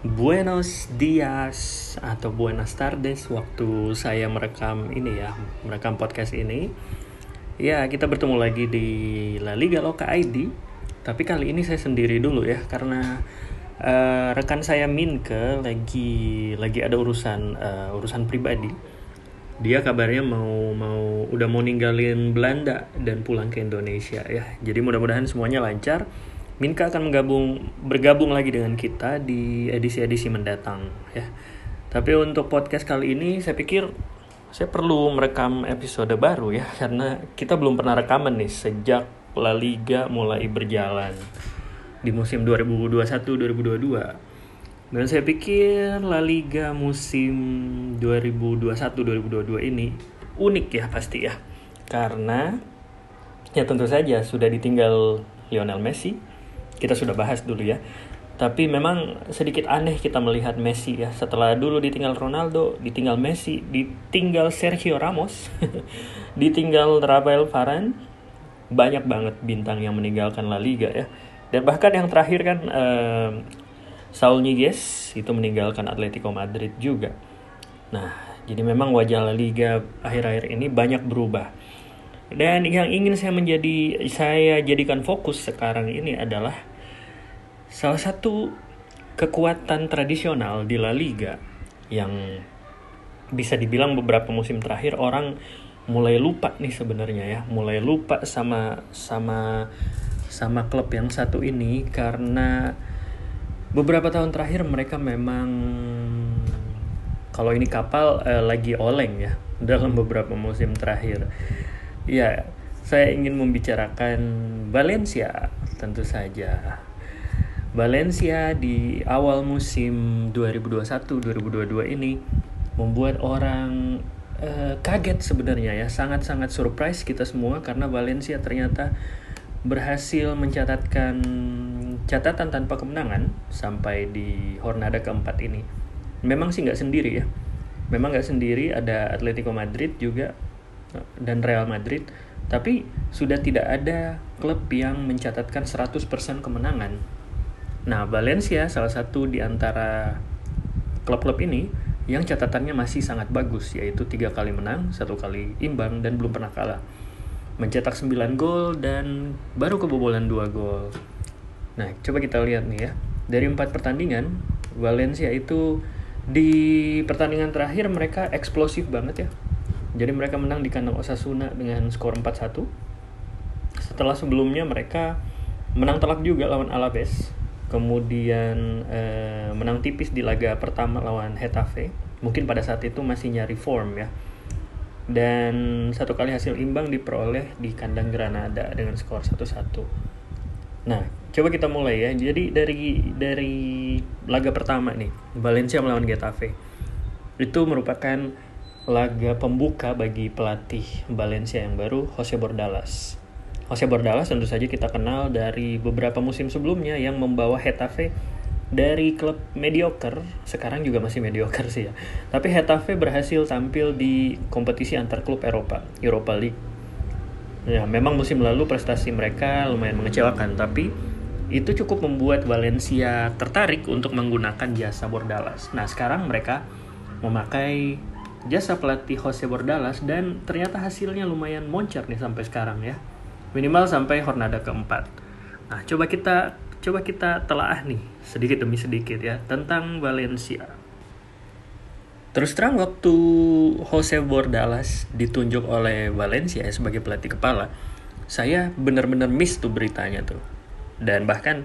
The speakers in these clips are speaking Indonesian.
Buenos dias atau buenas tardes waktu saya merekam podcast ini. Ya, kita bertemu lagi di La Liga Loka ID. Tapi kali ini saya sendiri dulu ya, karena rekan saya Minke lagi ada urusan pribadi. Dia kabarnya udah mau ninggalin Belanda dan pulang ke Indonesia ya. Jadi mudah-mudahan semuanya lancar. Minka akan bergabung lagi dengan kita di edisi-edisi mendatang ya. Tapi untuk podcast kali ini saya pikir saya perlu merekam episode baru ya, karena kita belum pernah rekaman nih sejak La Liga mulai berjalan di musim 2021-2022. Dan saya pikir La Liga musim 2021-2022 ini unik ya pasti ya. Karena ya tentu saja sudah ditinggal Lionel Messi. Kita sudah bahas dulu ya. Tapi memang sedikit aneh kita melihat Messi ya. Setelah dulu ditinggal Ronaldo, ditinggal Messi, ditinggal Sergio Ramos, ditinggal Rafael Varane. Banyak banget bintang yang meninggalkan La Liga ya. Dan bahkan yang terakhir kan Saul Niguez itu meninggalkan Atletico Madrid juga. Nah, jadi memang wajah La Liga akhir-akhir ini banyak berubah. Dan yang ingin saya jadikan fokus sekarang ini adalah salah satu kekuatan tradisional di La Liga yang bisa dibilang beberapa musim terakhir orang mulai lupa nih sebenarnya ya, mulai lupa sama klub yang satu ini karena beberapa tahun terakhir mereka memang kalau ini kapal lagi oleng ya dalam beberapa musim terakhir. Ya, saya ingin membicarakan Valencia tentu saja. Valencia di awal musim 2021-2022 ini membuat orang kaget sebenarnya ya, sangat-sangat surprise kita semua karena Valencia ternyata berhasil mencatatkan catatan tanpa kemenangan sampai di Jornada keempat ini. Memang sih nggak sendiri ya, memang nggak sendiri, ada Atletico Madrid juga dan Real Madrid, tapi sudah tidak ada klub yang mencatatkan 100% kemenangan. Nah, Valencia salah satu di antara klub-klub ini yang catatannya masih sangat bagus, yaitu 3 kali menang, 1 kali imbang, dan belum pernah kalah. Mencetak 9 gol dan baru kebobolan 2 gol. Nah, coba kita lihat nih ya. Dari 4 pertandingan, Valencia itu di pertandingan terakhir mereka eksplosif banget ya. Jadi mereka menang di kandang Osasuna dengan skor 4-1. Setelah sebelumnya mereka menang telak juga lawan Alaves. Kemudian menang tipis di laga pertama lawan Getafe. Mungkin pada saat itu masih nyari form ya. Dan 1 kali hasil imbang diperoleh di kandang Granada dengan skor 1-1. Nah, coba kita mulai ya. Jadi dari laga pertama nih, Valencia melawan Getafe. Itu merupakan laga pembuka bagi pelatih Valencia yang baru, Jose Bordalas. Jose Bordalas tentu saja kita kenal dari beberapa musim sebelumnya yang membawa Getafe dari klub mediocre, sekarang juga masih mediocre sih ya. Tapi Getafe berhasil tampil di kompetisi antar klub Europa League. Ya, memang musim lalu prestasi mereka lumayan mengecewakan, tapi itu cukup membuat Valencia tertarik untuk menggunakan jasa Bordalas. Nah, sekarang mereka memakai jasa pelatih Jose Bordalas dan ternyata hasilnya lumayan moncer nih sampai sekarang ya. Minimal sampai Jornada keempat. Nah, coba kita telaah nih sedikit demi sedikit ya tentang Valencia. Terus terang waktu Jose Bordalas ditunjuk oleh Valencia sebagai pelatih kepala, saya benar-benar miss tuh beritanya tuh. Dan bahkan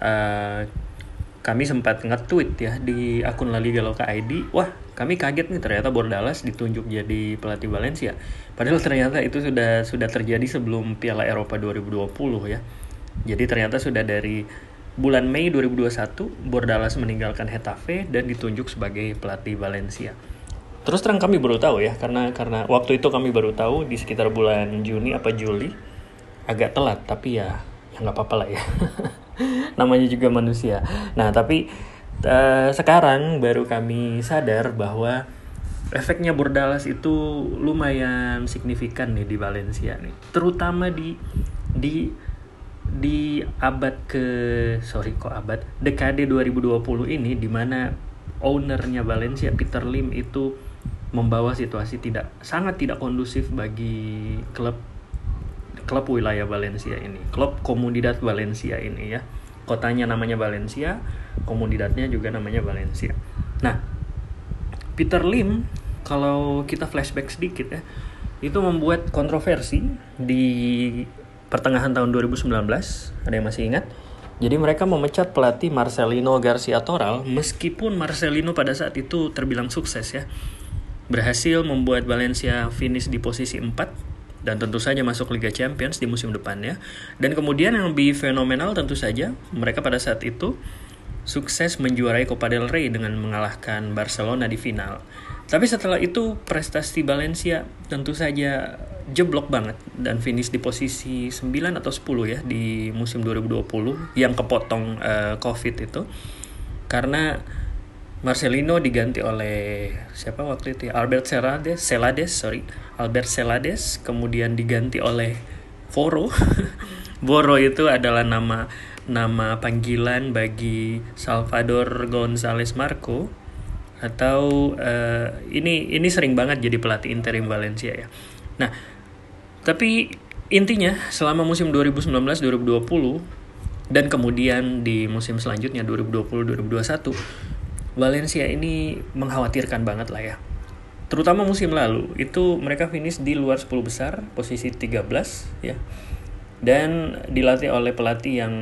kami sempat nge-tweet ya di akun La Liga Loka ID, wah kami kaget nih ternyata Bordalas ditunjuk jadi pelatih Valencia. Padahal ternyata itu sudah terjadi sebelum Piala Eropa 2020 ya. Jadi ternyata sudah dari bulan Mei 2021 Bordalas meninggalkan Getafe dan ditunjuk sebagai pelatih Valencia. Terus terang kami baru tahu ya, karena waktu itu kami baru tahu di sekitar bulan Juni apa Juli, agak telat tapi ya nggak apa-apa lah ya. Namanya juga manusia. Nah, tapi sekarang baru kami sadar bahwa efeknya Bordalas itu lumayan signifikan nih di Valencia nih, terutama di di dekade 2020 ini, di mana ownernya Valencia, Peter Lim, itu membawa situasi sangat tidak kondusif bagi klub wilayah Valencia ini, klub Comunidad Valencia ini ya. Kotanya namanya Valencia, komunitatnya juga namanya Valencia. Nah, Peter Lim, kalau kita flashback sedikit ya, itu membuat kontroversi di pertengahan tahun 2019, ada yang masih ingat? Jadi mereka memecat pelatih Marcelino Garcia Toral, meskipun Marcelino pada saat itu terbilang sukses ya. Berhasil membuat Valencia finish di posisi 4 dan tentu saja masuk Liga Champions di musim depannya. Dan kemudian yang lebih fenomenal tentu saja, mereka pada saat itu sukses menjuarai Copa del Rey dengan mengalahkan Barcelona di final. Tapi setelah itu prestasi Valencia tentu saja jeblok banget dan finish di posisi 9 atau 10 ya di musim 2020 yang kepotong Covid itu. Karena Marcelino diganti oleh siapa waktu itu ya? Albert Celades, kemudian diganti oleh Foro. Foro itu adalah nama panggilan bagi Salvador González Marco, atau ini sering banget jadi pelatih interim Valencia ya. Nah, tapi intinya selama musim 2019-2020 dan kemudian di musim selanjutnya 2020-2021, Valencia ini mengkhawatirkan banget lah ya. Terutama musim lalu itu mereka finish di luar 10 besar, posisi 13 ya. Dan dilatih oleh pelatih yang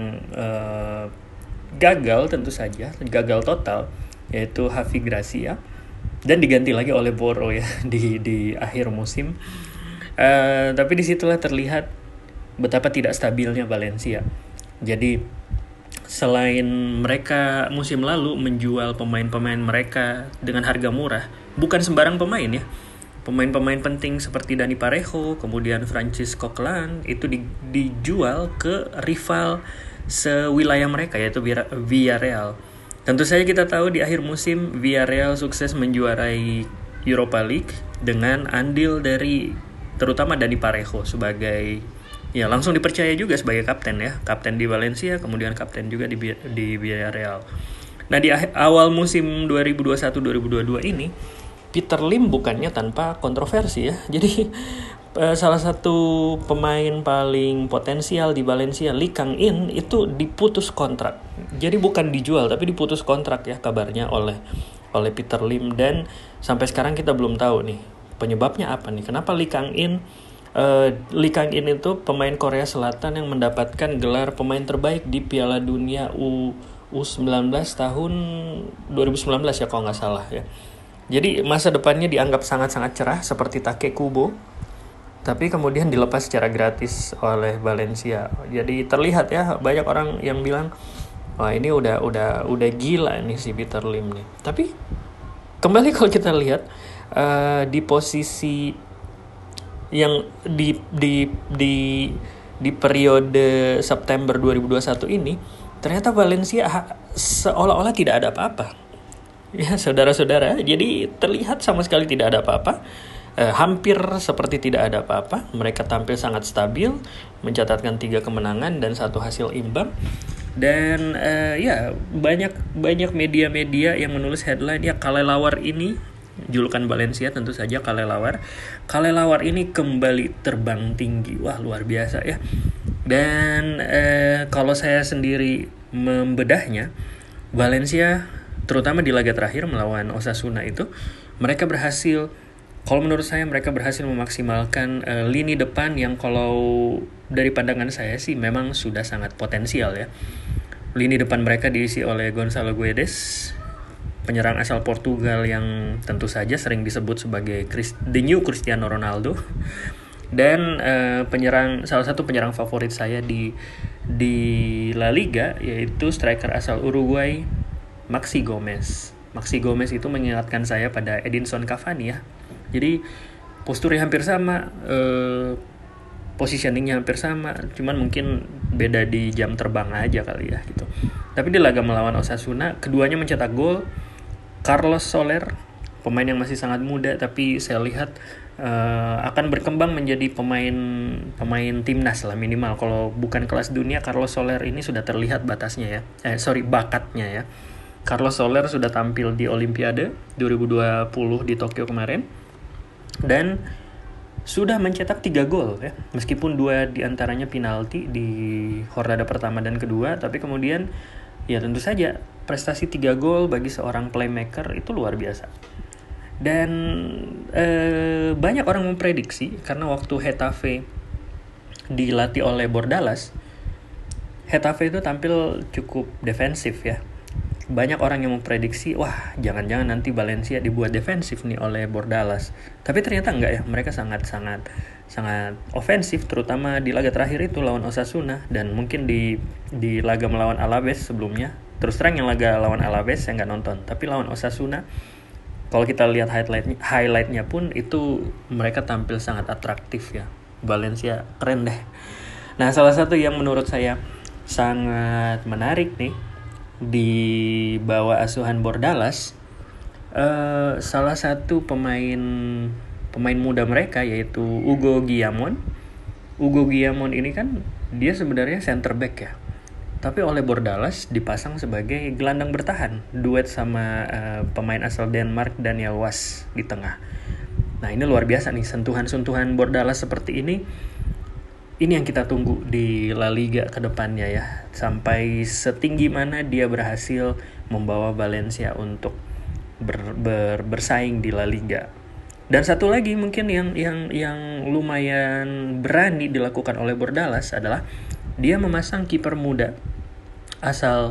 gagal tentu saja, gagal total, yaitu Javi Gracia, dan diganti lagi oleh Boro ya di akhir musim. Tapi disitulah terlihat betapa tidak stabilnya Valencia. Jadi selain mereka musim lalu menjual pemain-pemain mereka dengan harga murah, bukan sembarang pemain ya. Pemain-pemain penting seperti Dani Parejo, kemudian Francisco Clan itu dijual ke rival sewilayah mereka, yaitu Villarreal. Tentu saja kita tahu di akhir musim Villarreal sukses menjuarai Europa League dengan andil dari terutama Dani Parejo sebagai ya langsung dipercaya juga sebagai kapten ya, kapten di Valencia, kemudian kapten juga di Villarreal. Nah, di awal musim 2021-2022 ini Peter Lim bukannya tanpa kontroversi ya. Jadi salah satu pemain paling potensial di Valencia, Lee Kang-in, itu diputus kontrak. Jadi bukan dijual tapi diputus kontrak ya kabarnya oleh Peter Lim, dan sampai sekarang kita belum tahu nih penyebabnya apa nih. Kenapa Lee Kang-in itu pemain Korea Selatan yang mendapatkan gelar pemain terbaik di Piala Dunia U19 tahun 2019 ya kalau nggak salah ya. Jadi masa depannya dianggap sangat-sangat cerah seperti Take Kubo, tapi kemudian dilepas secara gratis oleh Valencia. Jadi terlihat ya, banyak orang yang bilang wah ini udah gila nih si Peter Lim nih. Tapi kembali kalau kita lihat di posisi yang di periode September 2021 ini, ternyata Valencia seolah-olah tidak ada apa-apa ya saudara-saudara. Jadi terlihat sama sekali tidak ada apa-apa, hampir seperti tidak ada apa-apa. Mereka tampil sangat stabil, mencatatkan 3 kemenangan dan 1 hasil imbang. Dan ya banyak media-media yang menulis headline ya, kelelawar ini, julukan Valencia tentu saja kelelawar ini kembali terbang tinggi. Wah, luar biasa ya. Dan kalau saya sendiri membedahnya, Valencia terutama di laga terakhir melawan Osasuna itu, mereka berhasil, kalau menurut saya mereka berhasil memaksimalkan lini depan yang kalau dari pandangan saya sih memang sudah sangat potensial ya. Lini depan mereka diisi oleh Gonçalo Guedes, penyerang asal Portugal yang tentu saja sering disebut sebagai the new Cristiano Ronaldo, dan salah satu penyerang favorit saya di La Liga, yaitu striker asal Uruguay Maxi Gomez itu mengingatkan saya pada Edinson Cavani ya. Jadi posturnya hampir sama, positioningnya hampir sama, cuman mungkin beda di jam terbang aja kali ya gitu. Tapi di laga melawan Osasuna, keduanya mencetak gol. Carlos Soler, pemain yang masih sangat muda, tapi saya lihat akan berkembang menjadi pemain timnas lah minimal. Kalau bukan kelas dunia, Carlos Soler ini sudah terlihat batasnya ya. Bakatnya ya. Carlos Soler sudah tampil di Olimpiade 2020 di Tokyo kemarin dan sudah mencetak 3 gol ya. Meskipun 2 diantaranya penalti di Hornada pertama dan kedua, tapi kemudian ya tentu saja prestasi 3 gol bagi seorang playmaker itu luar biasa. Dan banyak orang memprediksi karena waktu Getafe dilatih oleh Bordalas, Getafe itu tampil cukup defensif ya. Banyak orang yang memprediksi, wah jangan-jangan nanti Valencia dibuat defensif nih oleh Bordalas. Tapi ternyata enggak ya, mereka sangat ofensif, terutama di laga terakhir itu lawan Osasuna dan mungkin di laga melawan Alaves sebelumnya. Terus terang yang laga lawan Alaves saya nggak nonton, tapi lawan Osasuna kalau kita lihat highlightnya pun itu mereka tampil sangat atraktif ya. Valencia keren deh. Nah, salah satu yang menurut saya sangat menarik nih di bawah asuhan Bordalas, salah satu pemain muda mereka yaitu Hugo Guillamon. Hugo Guillamon ini kan dia sebenarnya center back ya. Tapi oleh Bordalas dipasang sebagai gelandang bertahan, duet sama pemain asal Denmark Daniel Wass di tengah. Nah ini luar biasa nih, sentuhan-sentuhan Bordalas seperti ini yang kita tunggu di La Liga ke depannya ya. Sampai setinggi mana dia berhasil membawa Valencia untuk bersaing di La Liga. Dan satu lagi mungkin yang lumayan berani dilakukan oleh Bordalas adalah dia memasang kiper muda asal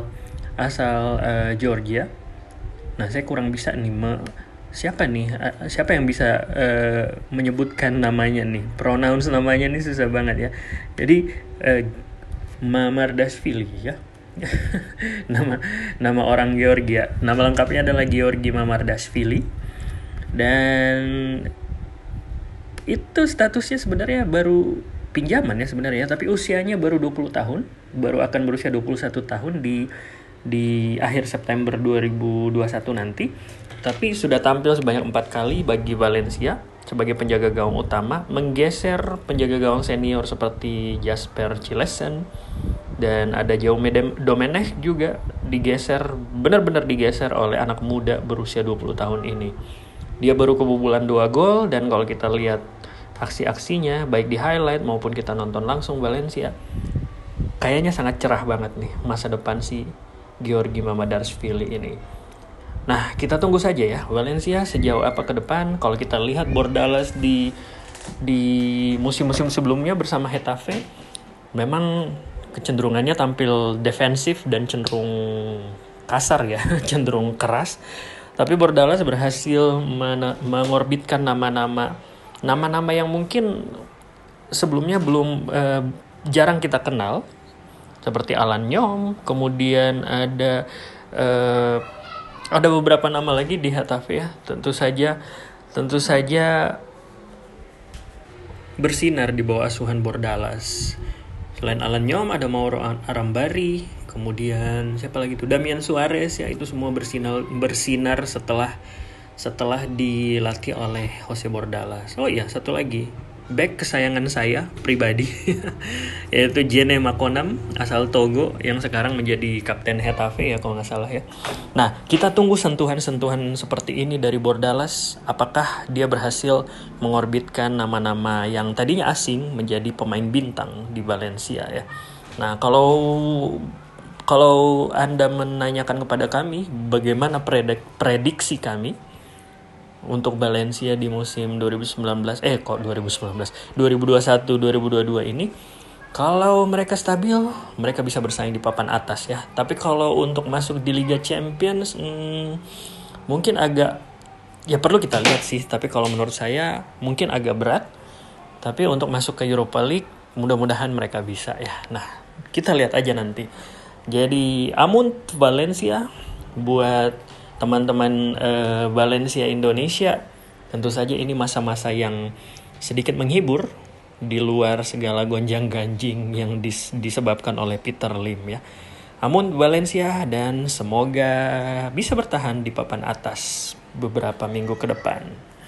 Georgia. Nah, saya kurang bisa nih siapa yang bisa menyebutkan namanya nih. Pronounce namanya nih susah banget ya. Jadi Mamardashvili ya. nama orang Georgia. Nama lengkapnya adalah Georgi Mamardashvili. Dan itu statusnya sebenarnya baru pinjaman ya sebenarnya, tapi usianya baru 20 tahun, baru akan berusia 21 tahun di akhir September 2021 nanti. Tapi sudah tampil sebanyak 4 kali bagi Valencia sebagai penjaga gawang utama, menggeser penjaga gawang senior seperti Jasper Cillessen dan ada Jaume Domenech juga benar-benar digeser oleh anak muda berusia 20 tahun ini. Dia baru kebobolan 2 gol dan kalau kita lihat aksi-aksinya baik di highlight maupun kita nonton langsung Valencia, kayaknya sangat cerah banget nih masa depan si Georgi Mamardashvili ini. Nah, kita tunggu saja ya Valencia sejauh apa ke depan. Kalau kita lihat Bordalas di musim-musim sebelumnya bersama Getafe, memang kecenderungannya tampil defensif dan cenderung kasar ya, cenderung keras. Tapi Bordalas berhasil mengorbitkan nama-nama yang mungkin sebelumnya belum jarang kita kenal, seperti Alan Nyom, kemudian ada beberapa nama lagi di Getafe ya. Tentu saja bersinar di bawah asuhan Bordalas. Selain Alan Nyom ada Mauro Arambari, kemudian siapa lagi tuh, Damian Suarez ya, itu semua bersinar setelah dilatih oleh Jose Bordalas. Oh iya, satu lagi back kesayangan saya pribadi yaitu Jene Makonam asal Togo yang sekarang menjadi kapten Getafe ya kalau nggak salah ya. Nah, kita tunggu sentuhan-sentuhan seperti ini dari Bordalas. Apakah dia berhasil mengorbitkan nama-nama yang tadinya asing menjadi pemain bintang di Valencia ya. Nah, kalau Anda menanyakan kepada kami bagaimana prediksi kami untuk Valencia di musim 2021-2022 ini, kalau mereka stabil, mereka bisa bersaing di papan atas ya. Tapi kalau untuk masuk di Liga Champions, mungkin agak, ya perlu kita lihat sih. Tapi kalau menurut saya mungkin agak berat. Tapi untuk masuk ke Europa League, mudah-mudahan mereka bisa ya. Nah, kita lihat aja nanti. Jadi amunt Valencia buat teman-teman Valencia Indonesia, tentu saja ini masa-masa yang sedikit menghibur di luar segala gonjang-ganjing yang disebabkan oleh Peter Lim ya. Amun Valencia dan semoga bisa bertahan di papan atas beberapa minggu ke depan.